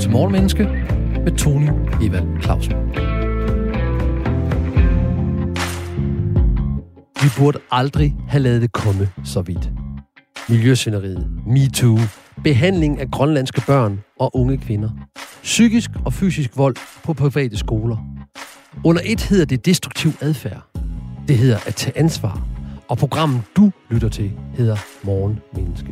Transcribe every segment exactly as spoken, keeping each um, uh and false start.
til Morgenmenneske med Tony Evald Clausen. Vi burde aldrig have ladet det komme så vidt. Miljøsvineriet, MeToo, behandling af grønlandske børn og unge kvinder, psykisk og fysisk vold på private skoler. Under et hedder det destruktiv adfærd. Det hedder at tage ansvar. Og programmet, du lytter til, hedder Morgenmenneske.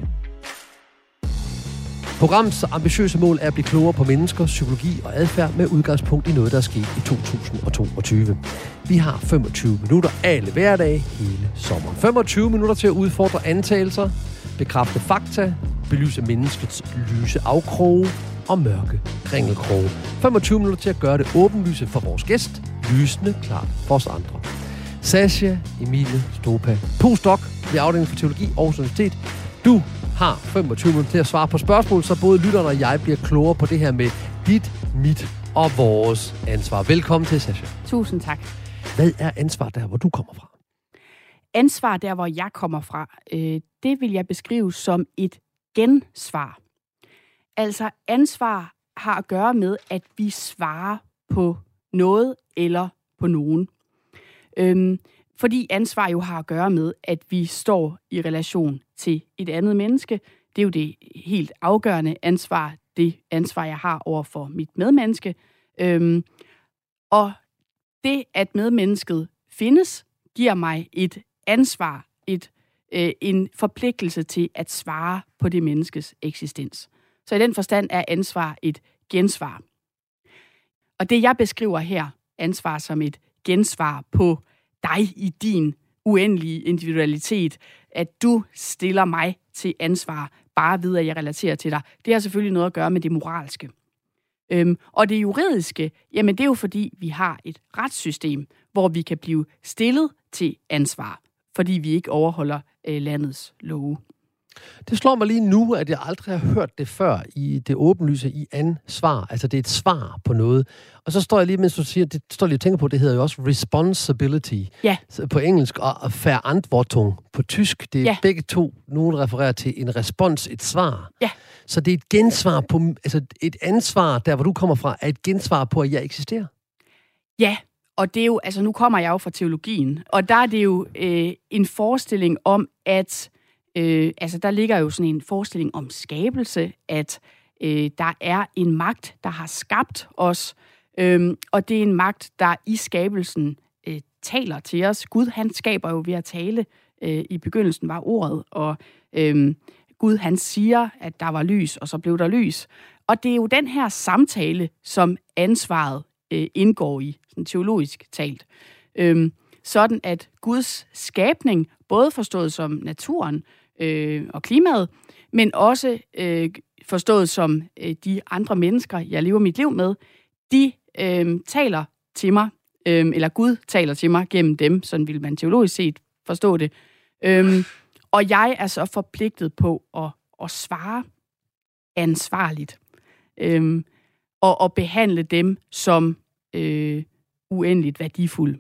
Programmets ambitiøse mål er at blive klogere på mennesker, psykologi og adfærd med udgangspunkt i noget, der er sket i to tusind og toogtyve. Vi har femogtyve minutter alle hverdag hele sommeren. femogtyve minutter til at udfordre antagelser, bekræfte fakta, belyse menneskets lyse afkroge og mørke kringelkroge. femogtyve minutter til at gøre det åbenlyse for vores gæst, lysende klart for os andre. Sasha Emilie Stopa, postdoc ved afdelingen for teologi Aarhus Universitet. Du har femogtyve minutter til at svare på spørgsmål, så både lytterne og jeg bliver klogere på det her med dit, mit og vores ansvar. Velkommen til, Sasha. Tusind tak. Hvad er ansvar der, hvor du kommer fra? Ansvar der, hvor jeg kommer fra, øh, det vil jeg beskrive som et gensvar. Altså ansvar har at gøre med, at vi svarer på noget eller på nogen. Øhm, fordi ansvar jo har at gøre med, at vi står i relation til et andet menneske. Det er jo det helt afgørende ansvar, det ansvar, jeg har over for mit medmenneske. Øhm, og det, at medmennesket findes, giver mig et ansvar, et, øh, en forpligtelse til at svare på det menneskes eksistens. Så i den forstand er ansvar et gensvar. Og det, jeg beskriver her, ansvar som et gensvar på dig i din uendelige individualitet, at du stiller mig til ansvar, bare ved at jeg relaterer til dig. Det har selvfølgelig noget at gøre med det moralske. Øhm, og det juridiske, jamen det er jo fordi, vi har et retssystem, hvor vi kan blive stillet til ansvar, fordi vi ikke overholder øh, landets love. Det slår mig lige nu, at jeg aldrig har hørt det før i det åbenlyse i ansvar. Altså det er et svar på noget. Og så står jeg lige, mens du siger, det står lige og tænker på, det hedder jo også responsibility ja. på engelsk, og Verantwortung på tysk. Det er ja. begge to, nogen refererer til en respons, et svar. Ja. Så det er et gensvar på, altså et ansvar, der hvor du kommer fra, er et gensvar på, at jeg eksisterer. Ja, og det er jo, altså nu kommer jeg jo fra teologien, og der er det jo øh, en forestilling om, at Øh, altså, der ligger jo sådan en forestilling om skabelse, at øh, der er en magt, der har skabt os, øh, og det er en magt, der i skabelsen øh, taler til os. Gud, han skaber jo ved at tale. Øh, I begyndelsen var ordet, og øh, Gud, han siger, at der var lys, og så blev der lys. Og det er jo den her samtale, som ansvaret øh, indgår i, sådan teologisk talt. Øh, sådan at Guds skabning, både forstået som naturen, Øh, og klimaet, men også øh, forstået som øh, de andre mennesker, jeg lever mit liv med, de øh, taler til mig, øh, eller Gud taler til mig gennem dem, sådan vil man teologisk set forstå det. Øh, og jeg er så forpligtet på at, at svare ansvarligt, øh, og at behandle dem som øh, uendeligt værdifulde.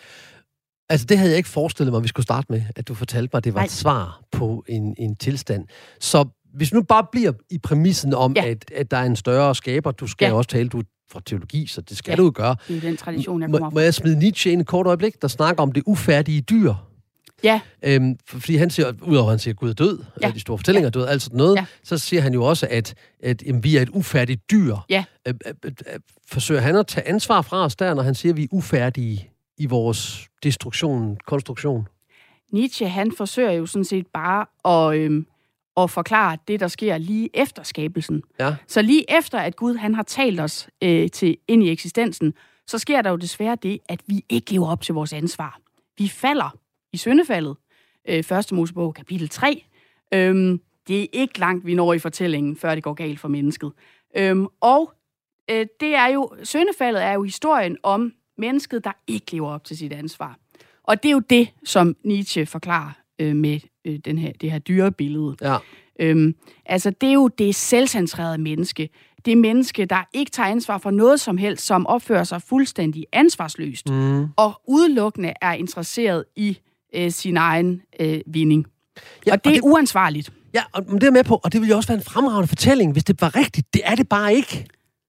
Altså, det havde jeg ikke forestillet mig, at vi skulle starte med, at du fortalte mig, at det var Nej. et svar på en, en tilstand. Så hvis nu bare bliver i præmissen om, ja. at, at der er en større skaber, du skal ja. også tale, du fra teologi, så det skal ja. du jo gøre. Det er den tradition, jeg kommer må, fra. Må jeg smide Nietzsche ind et kort øjeblik, der snakker om det ufærdige dyr? Ja. Øhm, fordi han siger, udover at han siger, at Gud er død, ja. de store fortællinger er død, altså noget, ja. så siger han jo også, at, at jamen, vi er et ufærdigt dyr. Ja. Øh, øh, øh, forsøger han at tage ansvar fra os der, når han siger, at vi er ufærdige i vores destruktion, konstruktion? Nietzsche, han forsøger jo sådan set bare at, øhm, at forklare det, der sker lige efter skabelsen. Ja. Så lige efter, at Gud han har talt os øh, til ind i eksistensen, så sker der jo desværre det, at vi ikke lever op til vores ansvar. Vi falder i syndefaldet. Øh, Første Mosebog, kapitel tre. Øhm, det er ikke langt, vi når i fortællingen, før det går galt for mennesket. Øhm, og øh, det er jo, syndefaldet er jo historien om mennesket, der ikke lever op til sit ansvar. Og det er jo det, som Nietzsche forklarer øh, med øh, den her, det her dyrebillede. Ja. Øhm, altså, det er jo det selvcentrerede menneske. Det menneske, der ikke tager ansvar for noget som helst, som opfører sig fuldstændig ansvarsløst, mm. og udelukkende er interesseret i øh, sin egen øh, vinding. Ja, og det er og det, uansvarligt. Ja, og det er med på, og det ville jo også være en fremragende fortælling, hvis det var rigtigt. Det er det bare ikke.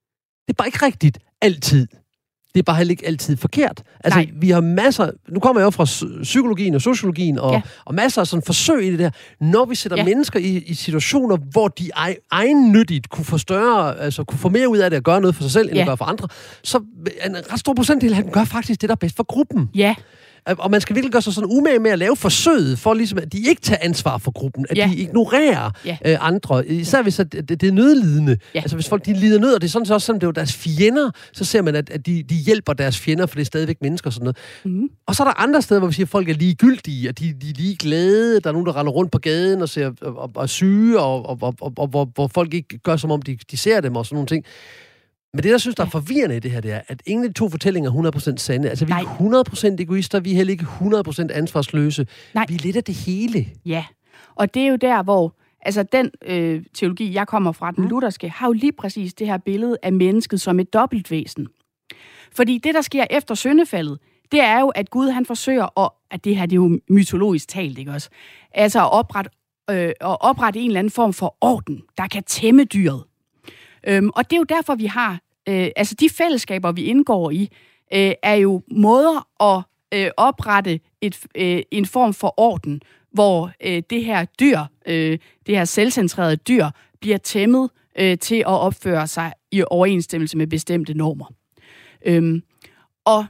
Det er bare ikke rigtigt altid. Det er bare heller ikke altid forkert. Altså, Nej. vi har masser... Nu kommer jeg jo fra psykologien og sociologien, og, ja. og masser af sådan forsøg i det der. Når vi sætter ja. mennesker i, i situationer, hvor de ej, egennyttigt kunne få større, altså kunne få mere ud af det at gøre noget for sig selv, end ja. at gøre for andre, så en ret stor procentdel af dem gør faktisk det, der er bedst for gruppen. Ja. Og man skal virkelig gøre sig sådan umage med at lave forsøget, for ligesom, at de ikke tager ansvar for gruppen, at ja. de ignorerer ja. øh, andre. Især hvis at det, det er nødlidende. Ja. Altså hvis folk de lider nød, og det er sådan så også, selvom det er deres fjender, så ser man, at, at de, de hjælper deres fjender, for det er stadigvæk mennesker og sådan noget. Mm. Og så er der andre steder, hvor vi siger, at folk er ligegyldige, og de, de er ligeglade. Der er nogen, der render rundt på gaden og ser og, og, og er syge, og, og, og, og, og hvor, hvor folk ikke gør, som om de, de ser dem og sådan nogle ting. Men det, der synes, der er forvirrende i det her, det er, at ingen af de to fortællinger er hundrede procent sande. Altså, vi er hundrede procent egoister, vi er heller ikke hundrede procent ansvarsløse. Nej. Vi er lidt af det hele. Ja, og det er jo der, hvor altså den øh, teologi, jeg kommer fra, den mm. lutherske, har jo lige præcis det her billede af mennesket som et dobbeltvæsen. Fordi det, der sker efter syndefaldet, det er jo, at Gud han forsøger, at, at det her det er jo mytologisk talt, ikke også? Altså at oprette, øh, at oprette en eller anden form for orden, der kan tæmme dyret. Øhm, og det er jo derfor, vi har, øh, altså de fællesskaber, vi indgår i, øh, er jo måder at øh, oprette et, øh, en form for orden, hvor øh, det her dyr, øh, det her selvcentrerede dyr, bliver tæmmet øh, til at opføre sig i overensstemmelse med bestemte normer. Øhm, og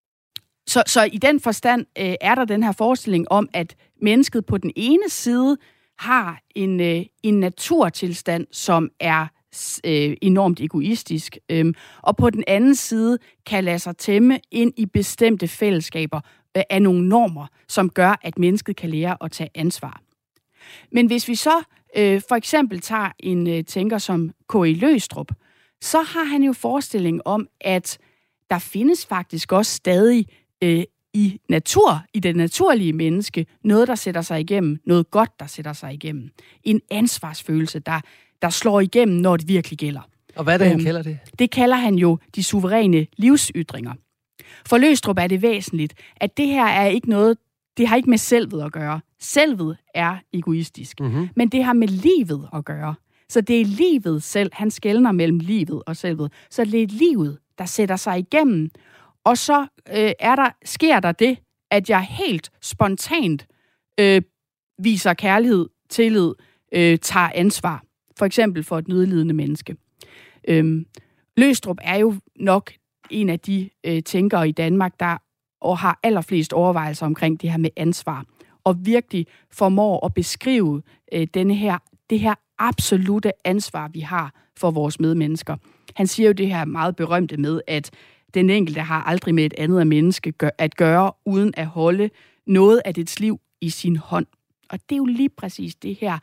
så, så i den forstand øh, er der den her forestilling om, at mennesket på den ene side har en, øh, en naturtilstand, som er øh, enormt egoistisk, øh, og på den anden side kan lade sig tæmme ind i bestemte fællesskaber øh, af nogle normer, som gør, at mennesket kan lære at tage ansvar. Men hvis vi så øh, for eksempel tager en øh, tænker som K E Løgstrup, så har han jo forestilling om, at der findes faktisk også stadig øh, i natur, i det naturlige menneske, noget, der sætter sig igennem, noget godt, der sætter sig igennem. En ansvarsfølelse, der, der slår igennem, når det virkelig gælder. Og hvad er det, øhm, han kalder det? Det kalder han jo de suveræne livsytringer. For Løgstrup er det væsentligt, at det her er ikke noget, det har ikke med selvet at gøre. Selvet er egoistisk, mm-hmm. men det har med livet at gøre. Så det er livet selv, han skelner mellem livet og selvet. Så det er livet, der sætter sig igennem. Og så øh, er der, sker der det, at jeg helt spontant øh, viser kærlighed, tillid, øh, tager ansvar. For eksempel for et nødlidende menneske. Øhm, Løgstrup er jo nok en af de øh, tænkere i Danmark, der og har allerflest overvejelser omkring det her med ansvar. Og virkelig formår at beskrive øh, denne her, det her absolute ansvar, vi har for vores medmennesker. Han siger jo det her meget berømte med, at den enkelte har aldrig med et andet menneske gør, at gøre, uden at holde noget af dets liv i sin hånd. Og det er jo lige præcis det her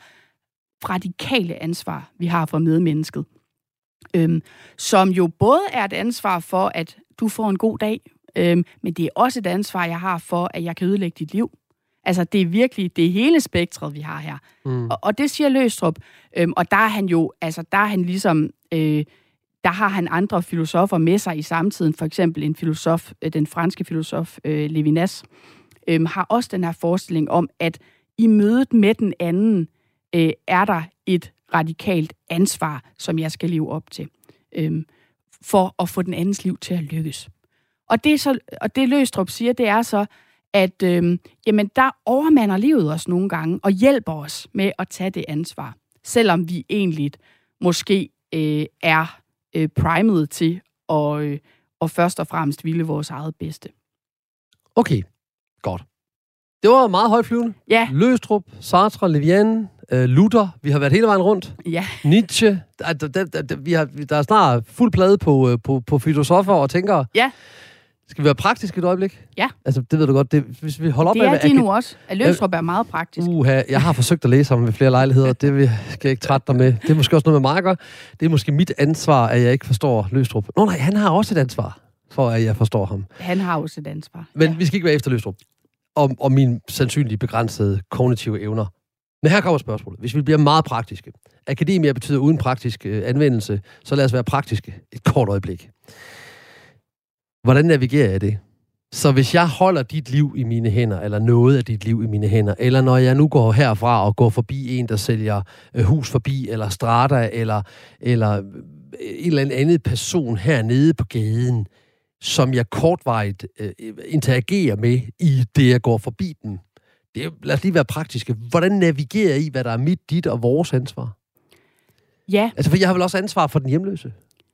radikale ansvar, vi har for medmennesket. Øhm, som jo både er et ansvar for, at du får en god dag, øhm, men det er også et ansvar, jeg har for, at jeg kan ødelægge dit liv. Altså, det er virkelig det hele spektret, vi har her. Mm. Og, og det siger Løgstrup. Øhm, og der er han jo, altså, der er han ligesom, øh, der har han andre filosofer med sig i samtiden. For eksempel en filosof, øh, den franske filosof øh, Levinas, øh, har også den her forestilling om, at i mødet med den anden, øh, er der et radikalt ansvar, som jeg skal leve op til, øh, for at få den andens liv til at lykkes. Og det, så, og det Løgstrup siger, det er så, at øh, jamen, der overmander livet os nogle gange, og hjælper os med at tage det ansvar, selvom vi egentlig måske øh, er øh, primet til at øh, og først og fremmest ville vores eget bedste. Okay, godt. Det var meget højtflyvende. Ja. Løgstrup, Sartre, Levian, øh, Luther. Vi har været hele vejen rundt. Ja. Nietzsche. Der, der, der, der, vi har, der er snart fuld plade på, på, på filosofer og tænkere. Ja. Skal vi være praktiske et øjeblik? Ja. Altså, det ved du godt. Det, hvis vi holder op det er med, de nu også. At Løgstrup er meget praktisk. Uha, jeg har forsøgt at læse ham ved flere lejligheder. Det vil, skal jeg ikke trætte dig med. Det er måske også noget med mig at gøre. Det er måske mit ansvar, at jeg ikke forstår Løgstrup. Nå nej, han har også et ansvar for, at jeg forstår ham. Han har også et ansvar. Men ja. vi skal ikke være efter Løgstrup. Om, om mine sandsynligt begrænsede kognitive evner. Men her kommer spørgsmålet. Hvis vi bliver meget praktiske. Akademia betyder uden praktisk øh, anvendelse, så lad os være praktiske et kort øjeblik. Hvordan navigerer jeg det? Så hvis jeg holder dit liv i mine hænder, eller noget af dit liv i mine hænder, eller når jeg nu går herfra og går forbi en, der sælger øh, hus forbi, eller strata, eller, eller en eller anden person hernede på gaden, som jeg kortvarigt øh, interagerer med i det, jeg går forbi dem. Det er, lad os lige være praktiske. Hvordan navigerer jeg i, hvad der er mit, dit og vores ansvar? Ja. Altså, for jeg har vel også ansvar for den hjemløse?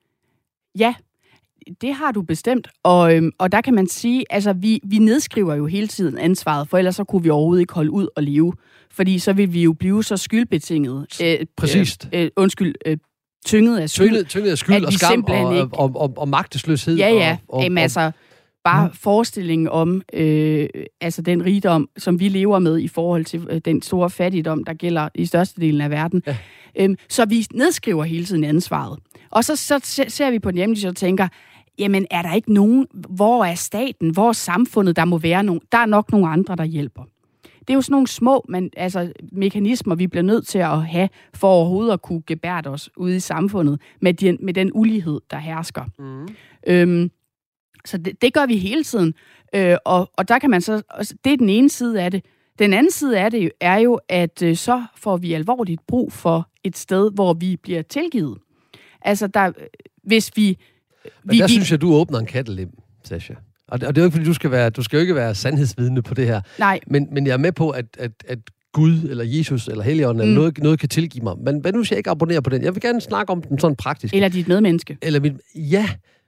Ja, det har du bestemt. Og, øhm, og der kan man sige, altså vi, vi nedskriver jo hele tiden ansvaret, for ellers så kunne vi overhovedet ikke holde ud og leve. Fordi så vil vi jo blive så skyldbetinget. Øh, Præcis. Øh, øh, undskyld, øh, tynget af skyld. Tynget, tynget af skyld og skam og, ikke... og, og, og magtesløshed. Ja, ja. Og, og, Jamen, altså, bare mm. forestillingen om øh, altså den rigdom, som vi lever med i forhold til øh, den store fattigdom, der gælder i størstedelen af verden. Ja. Øhm, så vi nedskriver hele tiden ansvaret. Og så, så ser vi på den hjemløse og tænker, jamen er der ikke nogen, hvor er staten, hvor er samfundet, der må være nogen, der er nok nogle andre, der hjælper. Det er jo sådan nogle små men, altså, mekanismer, vi bliver nødt til at have, for overhovedet at kunne gebærde os ude i samfundet, med den, med den ulighed, der hersker. Mm. Øhm, så det, det gør vi hele tiden. Øh, og, og der kan man så, det er den ene side af det. Den anden side af det er jo, at øh, så får vi alvorligt brug for et sted, hvor vi bliver tilgivet. Altså, der, hvis vi... Men der vi, synes jeg, du åbner en kattelem, Sascha. Og det, og det er jo ikke, fordi du skal, være, du skal jo ikke være sandhedsvidne på det her. Nej. Men, men jeg er med på, at, at, at Gud, eller Jesus, eller Helligånden, mm. eller noget, noget kan tilgive mig. Men hvad nu, hvis jeg ikke abonnerer på den? Jeg vil gerne snakke om den sådan praktisk. Eller dit medmenneske. Eller mit... Ja,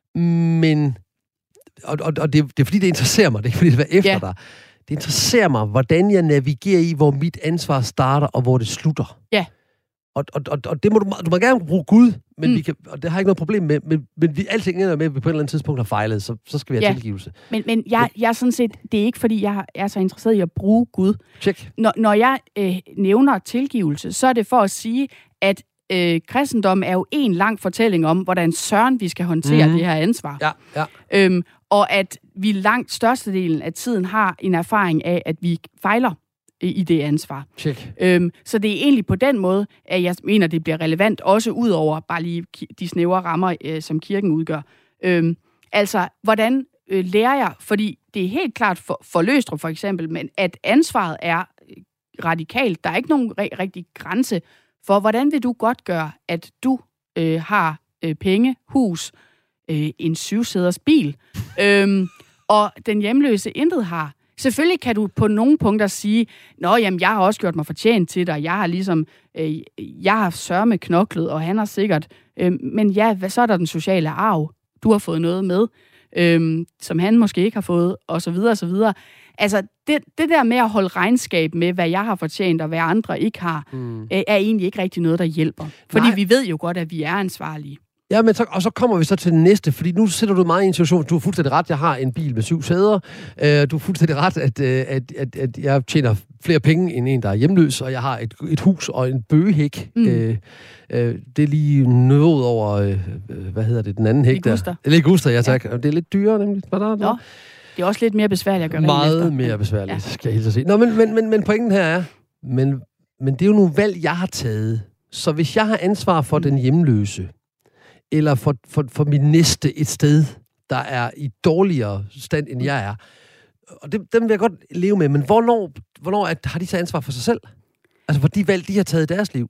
men... Og, og, og det, det er fordi, det interesserer mig. Det er ikke fordi, det er efter ja. dig. Det interesserer mig, hvordan jeg navigerer i, hvor mit ansvar starter, og hvor det slutter. Ja. Og, og, og, og det må du, du må gerne bruge Gud, men mm. vi kan, og det har jeg ikke noget problem med, men, men vi alting ender med, at vi på et eller andet tidspunkt har fejlet, så, så skal vi have ja. tilgivelse. Men, men jeg, jeg er sådan set, det er ikke fordi, jeg er så interesseret i at bruge Gud. Check. Når, når jeg øh, nævner tilgivelse, så er det for at sige, at øh, kristendommen er jo en lang fortælling om, hvordan søren vi skal håndtere mm. det her ansvar. Ja, ja. Øhm, og at vi langt størstedelen af tiden har en erfaring af, at vi fejler i det ansvar. Check. Øhm, så det er egentlig på den måde, at jeg mener, det bliver relevant, også ud over bare lige de snævre rammer, øh, som kirken udgør. Øhm, altså, hvordan øh, lærer jeg, fordi det er helt klart for, for Løstrup for eksempel, men at ansvaret er radikalt. Der er ikke nogen re- rigtig grænse for, hvordan vil du godt gøre, at du øh, har øh, penge, hus, øh, en syvsæders bil, øhm, og den hjemløse intet har. Selvfølgelig kan du på nogle punkter sige, nå, jamen, jeg har også gjort mig fortjent til dig, jeg har ligesom, øh, jeg har sørme knoklet, og han har sikkert, øh, men ja, hvad, så er der den sociale arv, du har fået noget med, øh, som han måske ikke har fået, og så videre, og så videre. Altså, det, det der med at holde regnskab med, hvad jeg har fortjent, og hvad andre ikke har, mm. øh, er egentlig ikke rigtig noget, der hjælper. Fordi Nej. vi ved jo godt, at vi er ansvarlige. Ja, men så, og så kommer vi så til det næste, fordi nu sætter du mig i en situation, du har fuldstændig ret, jeg har en bil med syv sæder, øh, du har fuldstændig ret, at, at, at, at jeg tjener flere penge end en, der er hjemløs, og jeg har et, et hus og en bøgehæk. Mm. Øh, øh, det er lige nået over, øh, hvad hedder det, den anden hæk der? Liguster, ja tak. Ja. Det er lidt dyrere nemlig. Hvad der, der? Nå, det er også lidt mere besværligt at gøre. Meget mere besværligt, ja. Skal jeg helt sige. Nå, men, men, men, men pointen her er, men, men det er jo nogle valg, jeg har taget. Så hvis jeg har ansvar for mm. den hjemløse, eller for, for, for min næste et sted, der er i dårligere stand, end jeg er. Og det, dem vil jeg godt leve med, men hvornår, hvornår er, har de så ansvar for sig selv? Altså for de valg, de har taget i deres liv?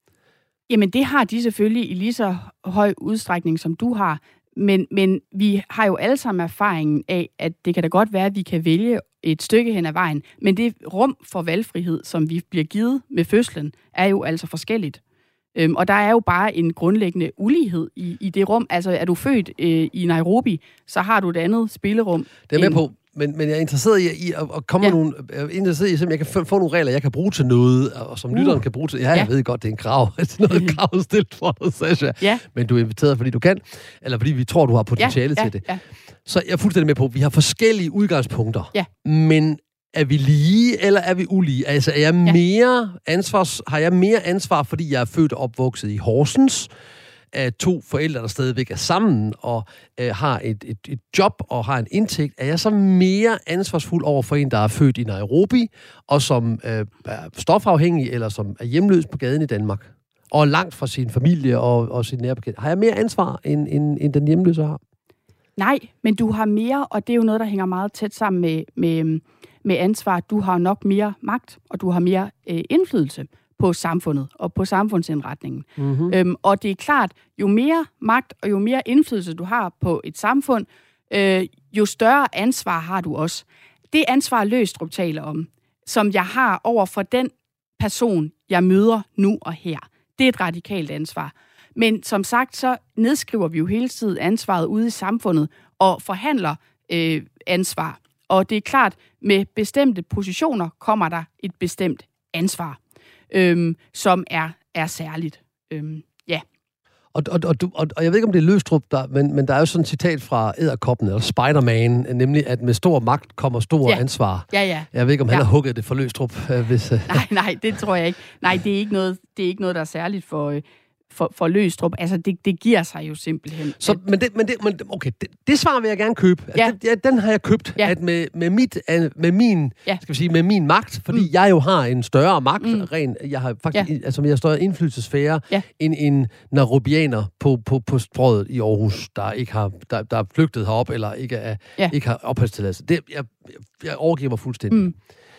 Jamen det har de selvfølgelig i lige så høj udstrækning, som du har. Men, men vi har jo alle sammen erfaringen af, at det kan da godt være, at vi kan vælge et stykke hen ad vejen. Men det rum for valgfrihed, som vi bliver givet med fødslen, er jo altså forskelligt. Øhm, og der er jo bare en grundlæggende ulighed i, i det rum. Altså, er du født øh, i Nairobi, så har du et andet spillerum. Det er med end... på, men, men jeg er interesseret i, i at, at komme ja. med nogle... Jeg er interesseret i, at jeg kan få, få nogle regler, jeg kan bruge til noget, og som uh. lytteren kan bruge til... Ja, jeg ja. ved godt, det er en krav. Det er noget krav stilt for dig, Sascha. Ja. Men du er inviteret, fordi du kan, eller fordi vi tror, du har potentiale ja. Ja. til det. Ja. Så jeg er fuldstændig med på, at vi har forskellige udgangspunkter. Ja. Men er vi lige, eller er vi ulige? Altså, er jeg mere ansvars, har jeg mere ansvar, fordi jeg er født og opvokset i Horsens, af to forældre, der stadigvæk er sammen, og øh, har et, et, et job og har en indtægt? Er jeg så mere ansvarsfuld over for en, der er født i Nairobi, og som øh, er stofafhængig, eller som er hjemløs på gaden i Danmark, og langt fra sin familie og, og sin nærbekendte? Har jeg mere ansvar, end, end, end den hjemløse har? Nej, men du har mere, og det er jo noget, der hænger meget tæt sammen med... med med ansvar, du har nok mere magt, og du har mere øh, indflydelse på samfundet og på samfundsindretningen. Mm-hmm. Øhm, og det er klart, jo mere magt og jo mere indflydelse du har på et samfund, øh, jo større ansvar har du også. Det ansvar Løgstrup taler om, som jeg har over for den person, jeg møder nu og her, det er et radikalt ansvar. Men som sagt, så nedskriver vi jo hele tiden ansvaret ude i samfundet og forhandler øh, ansvar. Og det er klart, med bestemte positioner kommer der et bestemt ansvar, øhm, som er, er særligt. Øhm, ja. Og, og, og, og, og jeg ved ikke, om det er Løgstrup, der, men, men der er jo sådan et citat fra Edderkoppen, eller Spider-Man, nemlig, at med stor magt kommer stor ja. ansvar. Ja, ja. Jeg ved ikke, om han ja. har hugget det for Løgstrup. Øh, hvis, øh. Nej, nej, det tror jeg ikke. Nej, det er ikke noget, det er ikke noget der er særligt for... Øh, For, for Løgstrup. Altså, det, det giver sig jo simpelthen. Så, at... men det, men det, men okay, det, det svar vil jeg gerne købe. Ja. At det, ja, den har jeg købt, ja. at med, med, mit, med min, ja. skal vi sige, med min magt, fordi mm. jeg jo har en større magt, mm. ren, jeg har faktisk, ja. altså, jeg har større indflydelsesfære, ja. end en narubianer på, på, på strøget i Aarhus, der ikke har, der, der er flygtet herop, eller ikke, er, ja. ikke har opholdstilladelse. Det, jeg, jeg overgiver mig fuldstændig. Mm.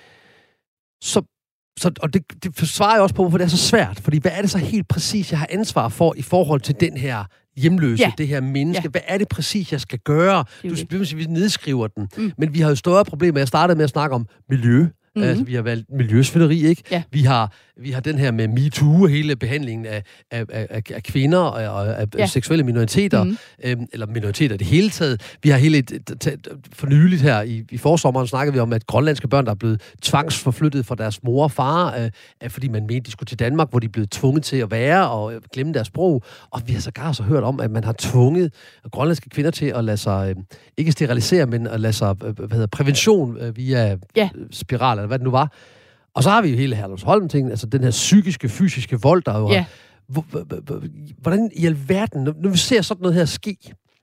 Så Så, og det, det svarer jeg også på, hvorfor det er så svært. Fordi hvad er det så helt præcis, jeg har ansvar for i forhold til den her hjemløse, ja. det her menneske? Ja. Hvad er det præcis, jeg skal gøre? Du skal sige, vi nedskriver den. Mm. Men vi har jo større problemer. Jeg startede med at snakke om miljø. Mm-hmm. Altså, vi har valgt miljøsvineri, ikke? Ja. Vi har vi har den her med MeToo, hele behandlingen af, af, af, af kvinder og af ja. seksuelle minoriteter, mm-hmm. øhm, eller minoriteter i det hele taget. Vi har hele for nyligt her i, i forsommeren snakket vi om, at grønlandske børn, der er blevet tvangsforflyttet fra deres mor og far, øh, fordi man mente, de skulle til Danmark, hvor de er blevet tvunget til at være og glemme deres sprog. Og vi har sågar så hørt om, at man har tvunget grønlandske kvinder til at lade sig, øh, ikke sterilisere, men at lade sig, øh, hvad hedder, prævention øh, via ja. spiral, eller hvad det nu var. Og så har vi jo hele Herlufsholm-ting, altså den her psykiske, fysiske vold, der jo yeah. har... Hvordan i alverden, når vi ser sådan noget her ske,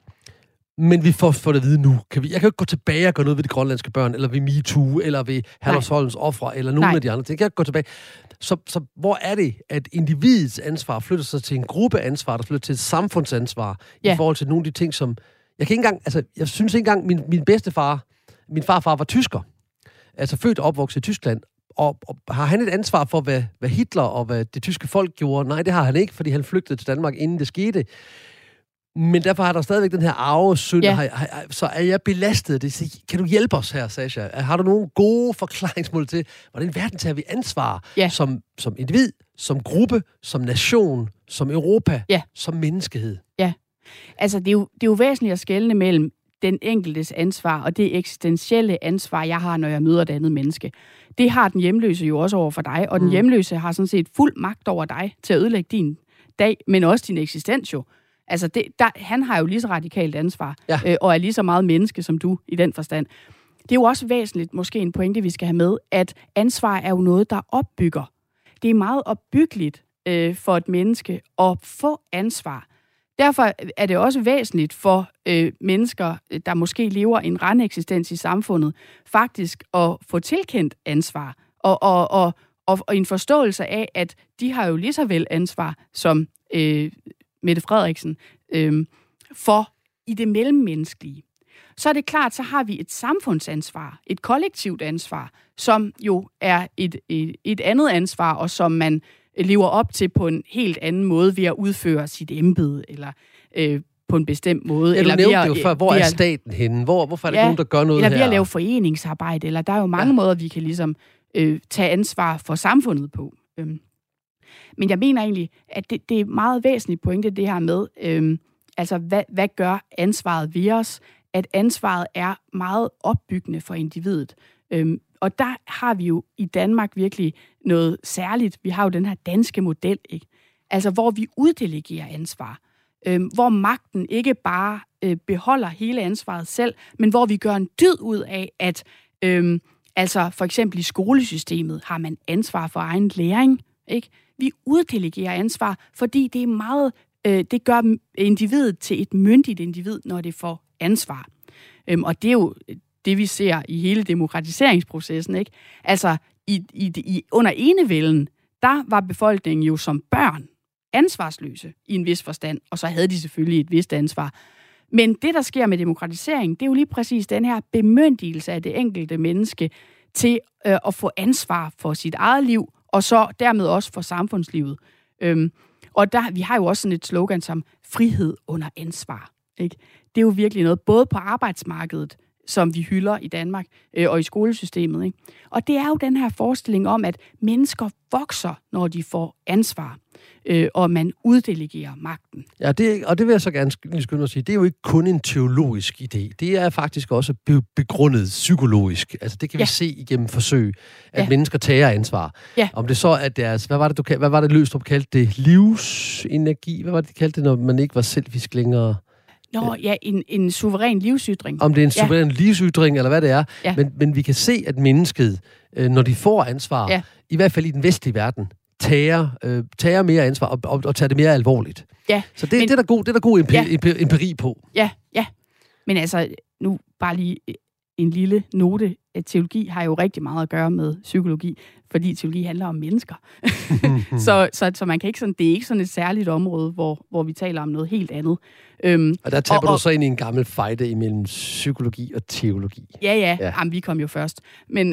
men vi får, får det at vide nu, kan vi, jeg kan jo ikke gå tilbage og gøre noget ved de grønlandske børn, eller ved MeToo, eller ved Herlufsholms ofre, eller nogle Nej. af de andre ting. Jeg kan ikke gå tilbage. Så, så hvor er det, at individets ansvar flytter sig til en gruppeansvar, der flytter til et samfundsansvar, yeah. i forhold til nogle af de ting, som... Jeg kan ikke engang... Altså, jeg synes ikke engang, min, min bedstefar, min farfar var tysker. Altså født og opvokset i Tyskland. Og, og har han et ansvar for, hvad, hvad Hitler og hvad det tyske folk gjorde? Nej, det har han ikke, fordi han flygtede til Danmark, inden det skete. Men derfor har der stadigvæk den her arvesynd. Ja. Så er jeg belastet af det. Kan du hjælpe os her, Sasha? Har du nogle gode forklaringsmål til, hvordan i verden tager vi ansvar ja. som, som individ, som gruppe, som nation, som Europa, ja. som menneskehed? Ja, altså det er jo, det er jo væsentligt at skelne mellem den enkeltes ansvar, og det eksistentielle ansvar, jeg har, når jeg møder et andet menneske. Det har den hjemløse jo også over for dig, og den mm. hjemløse har sådan set fuld magt over dig til at ødelægge din dag, men også din eksistens jo. Altså, det, der, han har jo lige så radikalt ansvar, ja. øh, og er lige så meget menneske som du i den forstand. Det er jo også væsentligt, måske en pointe, vi skal have med, at ansvar er jo noget, der opbygger. Det er meget opbyggeligt øh, for et menneske at få ansvar. Derfor er det også væsentligt for øh, mennesker, der måske lever en randeksistens i samfundet, faktisk at få tilkendt ansvar. Og, og, og, og, og en forståelse af, at de har jo lige så vel ansvar som øh, Mette Frederiksen øh, for i det mellemmenneskelige. Så er det klart, så har vi et samfundsansvar, et kollektivt ansvar, som jo er et, et, et andet ansvar, og som man lever op til på en helt anden måde ved at udføre sit embede, eller øh, på en bestemt måde. Ja, du eller nævnte at, jo før, hvor er staten henne? Hvor, hvorfor er der ja, nogen, der gør noget eller her? Eller ved at lave foreningsarbejde, eller der er jo mange ja. måder, vi kan ligesom øh, tage ansvar for samfundet på. Øhm. Men jeg mener egentlig, at det, det er meget væsentligt pointe, det her med, øh, altså hvad, hvad gør ansvaret ved os? At ansvaret er meget opbyggende for individet. Øhm, og der har vi jo i Danmark virkelig noget særligt. Vi har jo den her danske model, ikke? Altså hvor vi uddelegerer ansvar. Øhm, hvor magten ikke bare øh, beholder hele ansvaret selv, men hvor vi gør en dyd ud af, at øhm, altså for eksempel i skolesystemet har man ansvar for egen læring, ikke? Vi uddelegerer ansvar, fordi det er meget, øh, det gør individet til et myndigt individ, når det får ansvar. Øhm, og det er jo det, vi ser i hele demokratiseringsprocessen, ikke? Altså, i, i, i, under enevælden, der var befolkningen jo som børn ansvarsløse i en vis forstand, og så havde de selvfølgelig et vist ansvar. Men det, der sker med demokratisering, det er jo lige præcis den her bemyndigelse af det enkelte menneske til øh, at få ansvar for sit eget liv, og så dermed også for samfundslivet. Øhm, og der, vi har jo også sådan et slogan som frihed under ansvar. Ikke? Det er jo virkelig noget, både på arbejdsmarkedet, som vi hylder i Danmark, øh, og i skolesystemet. Ikke? Og det er jo den her forestilling om, at mennesker vokser, når de får ansvar, øh, og man uddelegerer magten. Ja, det, og det vil jeg så gerne lige skynde at sige, det er jo ikke kun en teologisk idé. Det er faktisk også be- begrundet psykologisk. Altså det kan vi ja. se igennem forsøg, at ja. mennesker tager ansvar. Ja. Om det så er deres, hvad var det, du, hvad var det Løgstrup kaldte det? Livsenergi? Hvad var det, de kaldte det, når man ikke var selvisk længere? Nå, ja, en, en suveræn livsytring. Om det er en suveræn ja. livsytring, eller hvad det er. Ja. Men, men vi kan se, at mennesket, øh, når de får ansvar, ja. i hvert fald i den vestlige verden, tager, øh, tager mere ansvar og, og, og tager det mere alvorligt. Ja. Så det, men, det, er der god, det er der god empiri, ja. empiri på. Ja, ja. Men altså, nu bare lige en lille note. At teologi har jo rigtig meget at gøre med psykologi, fordi teologi handler om mennesker. så, så, så man kan ikke sådan, det er ikke sådan et særligt område, hvor, hvor vi taler om noget helt andet. Øhm, og der taber og, du så ind i en gammel fejde imellem psykologi og teologi. Ja, ja. ja. Jamen, vi kom jo først. Men,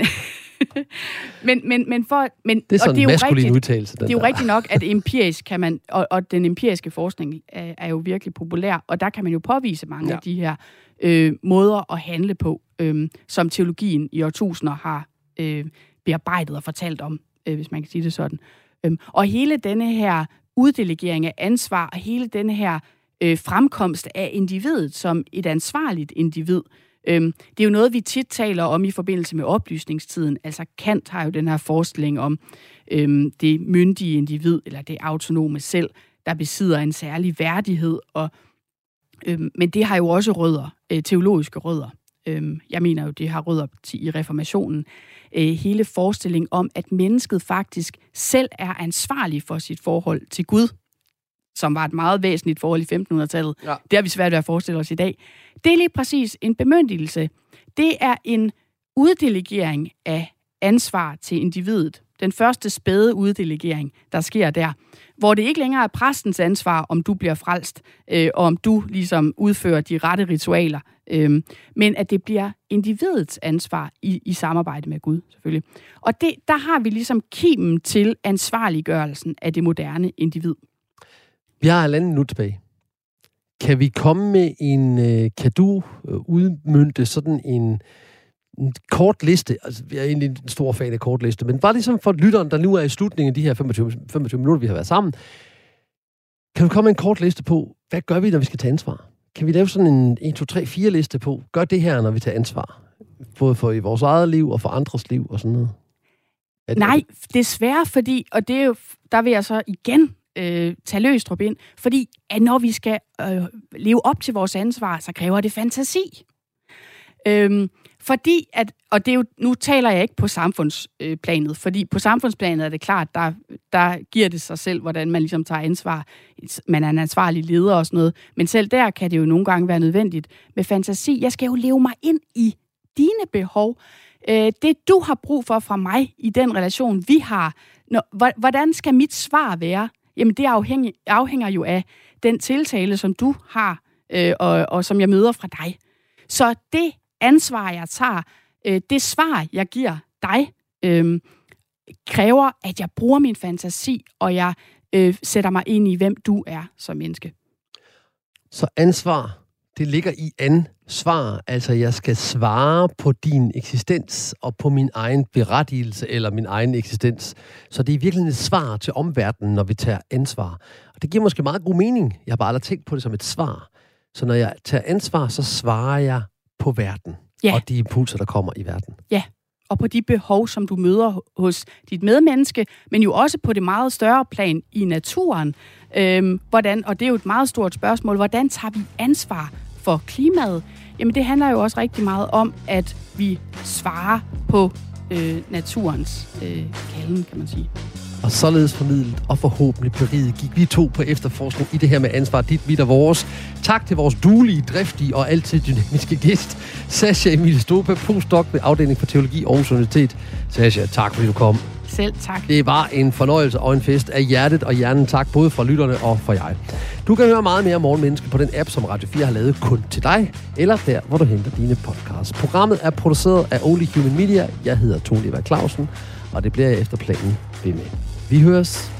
men, men, men for... Men, det er sådan og det en er maskulin rigtigt, udtalelse. Det er jo rigtigt nok, at empirisk kan man... Og, og den empiriske forskning er, er jo virkelig populær, og der kan man jo påvise mange ja. af de her øh, måder at handle på, øh, som teologien i årtusinder har øh, bearbejdet og fortalt om, øh, hvis man kan sige det sådan. Øh, og hele denne her uddelegering af ansvar, og hele denne her øh, fremkomst af individet som et ansvarligt individ, øh, det er jo noget, vi tit taler om i forbindelse med oplysningstiden. Altså Kant har jo den her forestilling om øh, det myndige individ, eller det autonome selv, der besidder en særlig værdighed, og øh, men det har jo også rødder, øh, teologiske rødder. Jeg mener jo, det har rødder i reformationen. Hele forestillingen om, at mennesket faktisk selv er ansvarlig for sit forhold til Gud, som var et meget væsentligt forhold i femtenhundredetallet. Ja. Det har vi svært ved at forestille os i dag. Det er lige præcis en bemyndigelse. Det er en uddelegering af ansvar til individet. Den første spæde uddelegering, der sker der, hvor det ikke længere er præstens ansvar, om du bliver frelst, øh, og om du ligesom udfører de rette ritualer, øh, men at det bliver individets ansvar i, i samarbejde med Gud, selvfølgelig. Og det, der har vi ligesom kimen til ansvarliggørelsen af det moderne individ. Vi har halvanden minut tilbage. Kan vi komme med en øh, kan du øh, udmønte sådan en en kort liste, altså jeg er egentlig en stor fan af kort liste, men bare ligesom for lytteren, der nu er i slutningen af de her femogtyve, femogtyve minutter, vi har været sammen, kan du komme med en kort liste på, hvad gør vi, når vi skal tage ansvar? Kan vi lave sådan en en, to, tre, fire liste på, gør det her, når vi tager ansvar? Både for i vores eget liv og for andres liv og sådan noget. Det, Nej, desværre, fordi, og det er jo, der vil jeg så igen øh, tage Løgstrup ind, fordi at når vi skal øh, leve op til vores ansvar, så kræver det fantasi. Øhm, Fordi at, og det er jo, nu taler jeg ikke på samfundsplanet, fordi på samfundsplanet er det klart, der, der giver det sig selv, hvordan man ligesom tager ansvar. Man er en ansvarlig leder og sådan noget. Men selv der kan det jo nogle gange være nødvendigt med fantasi. Jeg skal jo leve mig ind i dine behov. Det, du har brug for fra mig i den relation, vi har. Hvordan skal mit svar være? Jamen, det afhænger, afhænger jo af den tiltale, som du har, og, og som jeg møder fra dig. Så det ansvar, jeg tager, øh, det svar, jeg giver dig, øh, kræver, at jeg bruger min fantasi, og jeg øh, sætter mig ind i, hvem du er som menneske. Så ansvar, det ligger i ansvar. Altså, jeg skal svare på din eksistens og på min egen berettigelse eller min egen eksistens. Så det er virkelig et svar til omverdenen, når vi tager ansvar. Og det giver måske meget god mening. Jeg har bare aldrig tænkt på det som et svar. Så når jeg tager ansvar, så svarer jeg på verden, ja. Og de impulser, der kommer i verden. Ja, og på de behov, som du møder hos dit medmenneske, men jo også på det meget større plan i naturen. Øhm, hvordan, og det er jo et meget stort spørgsmål, hvordan tager vi ansvar for klimaet? Jamen det handler jo også rigtig meget om, at vi svarer på øh, naturens øh, kalden, kan man sige. Og således formidlet og forhåbentlig beriget gik vi to på efterforskning i det her med ansvar, dit, mit og vores. Tak til vores duelige, driftige og altid dynamiske gæst, Sascha Emilie Stopa, postdoc ved afdeling for teologi Aarhus Universitet. Sascha, tak fordi du kom. Selv tak. Det var en fornøjelse og en fest af hjertet og hjernen. Tak både fra lytterne og fra jeg. Du kan høre meget mere Morgenmenneske på den app, som Radio fire har lavet kun til dig, eller der, hvor du henter dine podcasts. Programmet er produceret af Only Human Media. Jeg hedder Tony Eva Clausen, og det bliver jeg efter planen ved med. Vi høres.